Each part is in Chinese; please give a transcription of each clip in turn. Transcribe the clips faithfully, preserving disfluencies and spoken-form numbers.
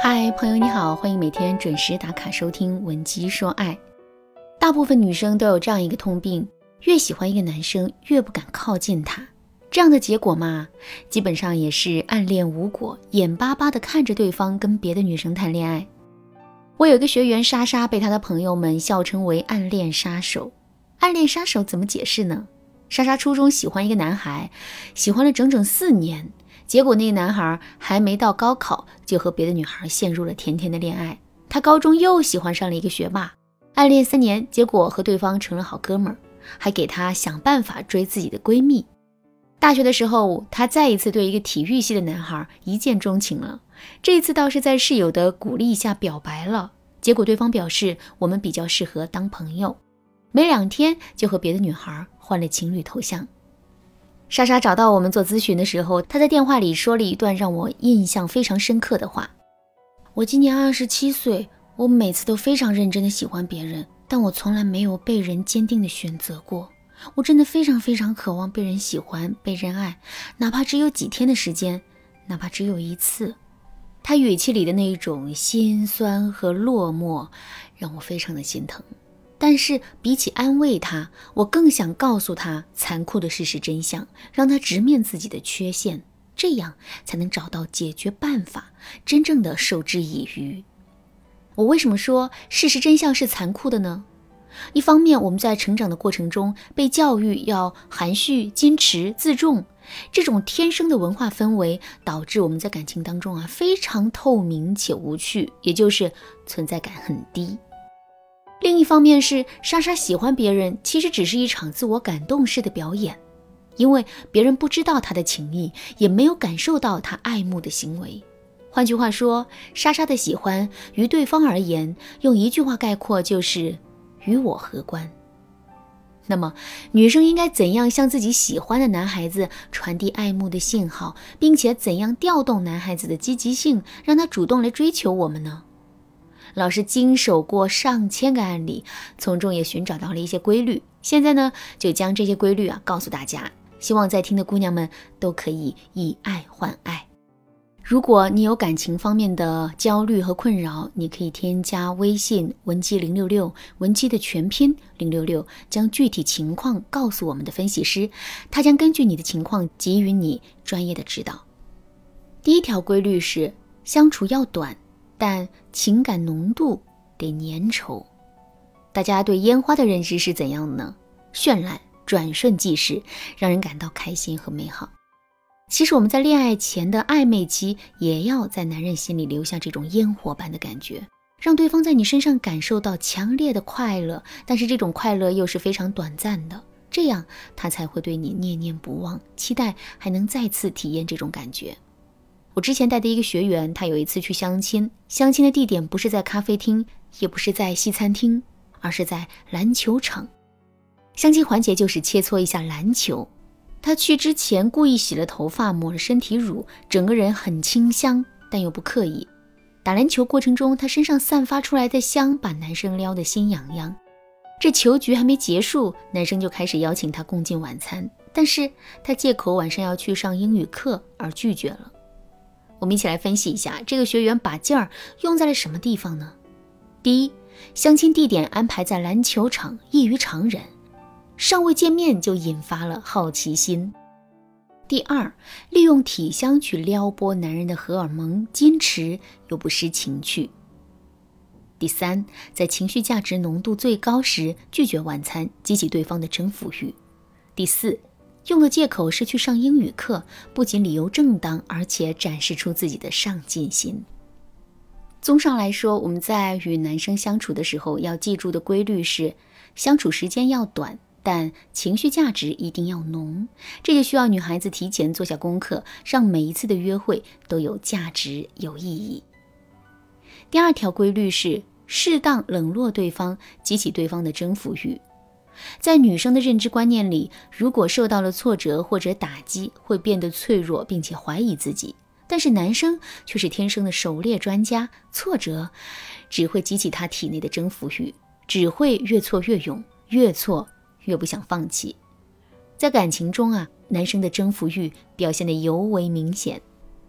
嗨，朋友你好，欢迎每天准时打卡收听文姬说爱。大部分女生都有这样一个通病，越喜欢一个男生越不敢靠近他，这样的结果嘛，基本上也是暗恋无果，眼巴巴地看着对方跟别的女生谈恋爱。我有一个学员莎莎，被她的朋友们笑称为暗恋杀手。暗恋杀手怎么解释呢？莎莎初中喜欢一个男孩，喜欢了整整四年，结果那个男孩还没到高考就和别的女孩陷入了甜甜的恋爱。她高中又喜欢上了一个学霸，暗恋三年，结果和对方成了好哥们儿，还给她想办法追自己的闺蜜。大学的时候，她再一次对一个体育系的男孩一见钟情了，这一次倒是在室友的鼓励下表白了，结果对方表示我们比较适合当朋友，没两天就和别的女孩换了情侣头像。莎莎找到我们做咨询的时候，她在电话里说了一段让我印象非常深刻的话。我今年二十七岁，我每次都非常认真的喜欢别人，但我从来没有被人坚定的选择过。我真的非常非常渴望被人喜欢，被人爱，哪怕只有几天的时间，哪怕只有一次。她语气里的那种心酸和落寞让我非常的心疼，但是比起安慰她，我更想告诉她残酷的事实真相，让她直面自己的缺陷，这样才能找到解决办法，真正的授之以渔。我为什么说事实真相是残酷的呢？一方面，我们在成长的过程中被教育要含蓄、矜持、自重，这种天生的文化氛围导致我们在感情当中啊非常透明且无趣，也就是存在感很低。另一方面是莎莎喜欢别人其实只是一场自我感动式的表演，因为别人不知道她的情意，也没有感受到她爱慕的行为。换句话说，莎莎的喜欢于对方而言，用一句话概括就是与我何关。那么女生应该怎样向自己喜欢的男孩子传递爱慕的信号，并且怎样调动男孩子的积极性，让他主动来追求我们呢？老师经手过上千个案例，从中也寻找到了一些规律，现在呢就将这些规律啊告诉大家，希望在听的姑娘们都可以以爱换爱。如果你有感情方面的焦虑和困扰，你可以添加微信文姬零六六，文姬的全拼零六六，将具体情况告诉我们的分析师，他将根据你的情况给予你专业的指导。第一条规律是相处要短，但情感浓度得粘稠。大家对烟花的认识是怎样的呢？绚烂、转瞬即逝，让人感到开心和美好。其实我们在恋爱前的暧昧期，也要在男人心里留下这种烟火般的感觉，让对方在你身上感受到强烈的快乐，但是这种快乐又是非常短暂的，这样他才会对你念念不忘，期待还能再次体验这种感觉。我之前带的一个学员，他有一次去相亲，相亲的地点不是在咖啡厅，也不是在西餐厅，而是在篮球场。相亲环节就是切磋一下篮球。他去之前故意洗了头发，抹了身体乳，整个人很清香，但又不刻意。打篮球过程中，他身上散发出来的香把男生撩得心痒痒。这球局还没结束，男生就开始邀请他共进晚餐，但是他借口晚上要去上英语课而拒绝了。我们一起来分析一下，这个学员把劲儿用在了什么地方呢？第一，相亲地点安排在篮球场，异于常人，尚未见面就引发了好奇心。第二，利用体香去撩拨男人的荷尔蒙，矜持又不失情趣。第三，在情绪价值浓度最高时拒绝晚餐，激起对方的征服欲。第四，用的借口是去上英语课，不仅理由正当，而且展示出自己的上进心。综上来说，我们在与男生相处的时候要记住的规律是，相处时间要短，但情绪价值一定要浓，这就需要女孩子提前做下功课，让每一次的约会都有价值、有意义。第二条规律是适当冷落对方，激起对方的征服欲。在女生的认知观念里，如果受到了挫折或者打击，会变得脆弱并且怀疑自己，但是男生却是天生的狩猎专家，挫折只会激起他体内的征服欲，只会越挫越勇，越挫越不想放弃。在感情中啊，男生的征服欲表现得尤为明显。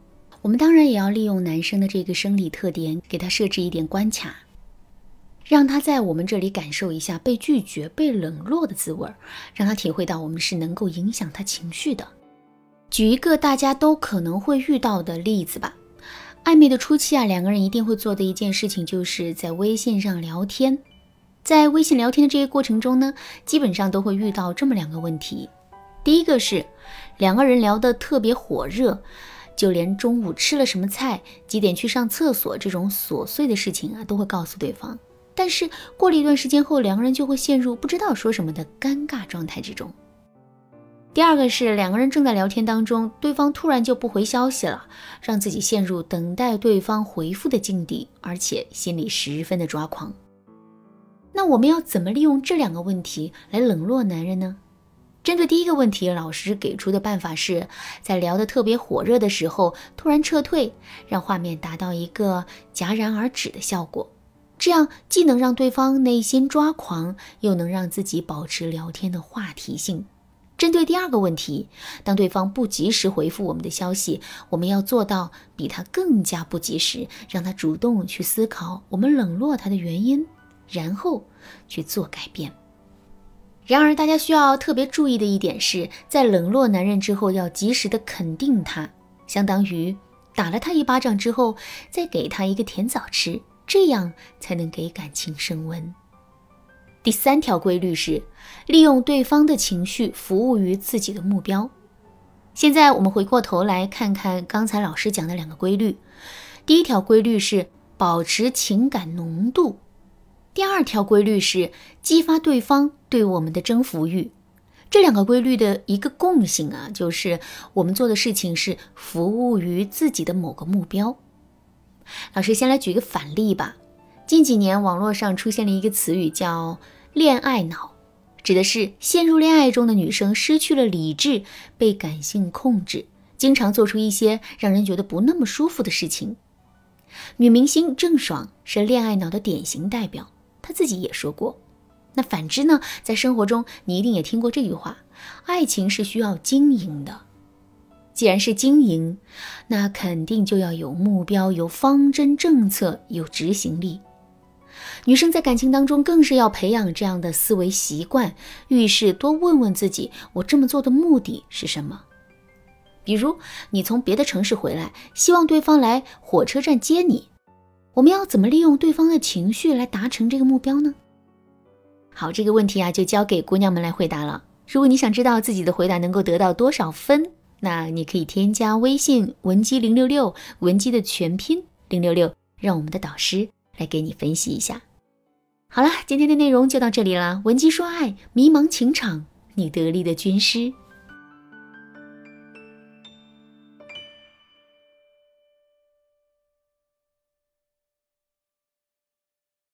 我们当然也要利用男生的这个生理特点，给他设置一点关卡，让他在我们这里感受一下被拒绝、被冷落的滋味，让他体会到我们是能够影响他情绪的。举一个大家都可能会遇到的例子吧。暧昧的初期啊，两个人一定会做的一件事情，就是在微信上聊天。在微信聊天的这个过程中呢，基本上都会遇到这么两个问题。第一个是两个人聊得特别火热，就连中午吃了什么菜、几点去上厕所这种琐碎的事情啊，都会告诉对方。但是过了一段时间后，两个人就会陷入不知道说什么的尴尬状态之中。第二个是两个人正在聊天当中，对方突然就不回消息了，让自己陷入等待对方回复的境地，而且心里十分的抓狂。那我们要怎么利用这两个问题来冷落男人呢？针对第一个问题，老师给出的办法是在聊得特别火热的时候突然撤退，让画面达到一个戛然而止的效果。这样既能让对方内心抓狂，又能让自己保持聊天的话题性。针对第二个问题，当对方不及时回复我们的消息，我们要做到比他更加不及时，让他主动去思考我们冷落他的原因，然后去做改变。然而大家需要特别注意的一点是，在冷落男人之后要及时的肯定他，相当于打了他一巴掌之后再给他一个甜枣吃，这样才能给感情升温。第三条规律是利用对方的情绪服务于自己的目标。现在我们回过头来看看刚才老师讲的两个规律。第一条规律是保持情感浓度，第二条规律是激发对方对我们的征服欲。这两个规律的一个共性啊，就是我们做的事情是服务于自己的某个目标。老师先来举个反例吧。近几年网络上出现了一个词语叫恋爱脑，指的是陷入恋爱中的女生失去了理智，被感性控制，经常做出一些让人觉得不那么舒服的事情。女明星郑爽是恋爱脑的典型代表，她自己也说过。那反之呢，在生活中你一定也听过这句话，爱情是需要经营的。既然是经营，那肯定就要有目标，有方针政策，有执行力。女生在感情当中更是要培养这样的思维习惯，遇事多问问自己，我这么做的目的是什么？比如你从别的城市回来，希望对方来火车站接你，我们要怎么利用对方的情绪来达成这个目标呢？好，这个问题啊，就交给姑娘们来回答了。如果你想知道自己的回答能够得到多少分，那你可以添加微信文姬零六六，文姬的全拼零六六，让我们的导师来给你分析一下。好了，今天的内容就到这里了。文姬说爱，迷茫情场，你得力的军师。